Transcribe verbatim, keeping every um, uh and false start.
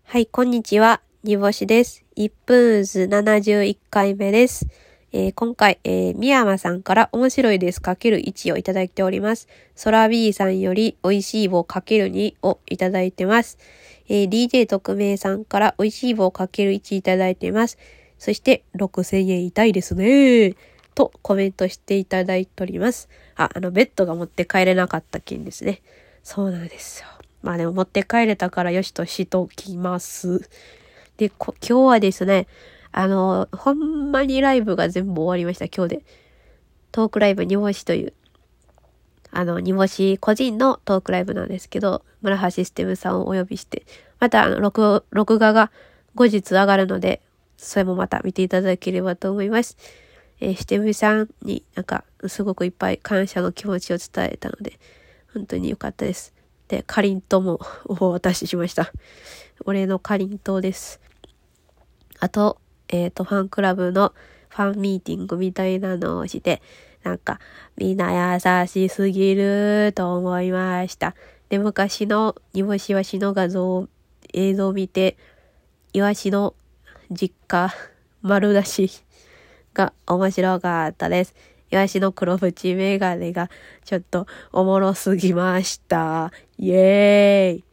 はい、こんにちは。煮干しです。いっぷんずななじゅういっかいめです。えー、今回、えー、宮山さんから面白いです ×いち をいただいております。ソラ B さんより美味しい棒 かけるに をいただいてます。えー、ディージェー 特命さんから美味しい棒 かけるいち いただいてます。そして、ろくせんえん痛いですねとコメントしていただいております。あ、あの、ベッドが持って帰れなかった件ですね。そうなんですよ。まあでも持って帰れたからよしとしときます。で、こ今日はですね、あの、ほんまにライブが全部終わりました、今日で。トークライブ煮干しという、あの、煮干し個人のトークライブなんですけど、村橋システムさんをお呼びして、また、あの、録、録画が後日上がるので、それもまた見ていただければと思います。えー、システムさんになんか、すごくいっぱい感謝の気持ちを伝えたので、本当に良かったです。で、かりんとうもお渡ししました。お礼のかりんとうです。あと、えっと、ファンクラブのファンミーティングみたいなのをして、なんか、みんな優しすぎると思いました。で、昔の煮干しわしの画像、映像を見て、イワシの実家、丸出しが面白かったです。イワシの黒縁メガネがちょっとおもろすぎました。イエーイ。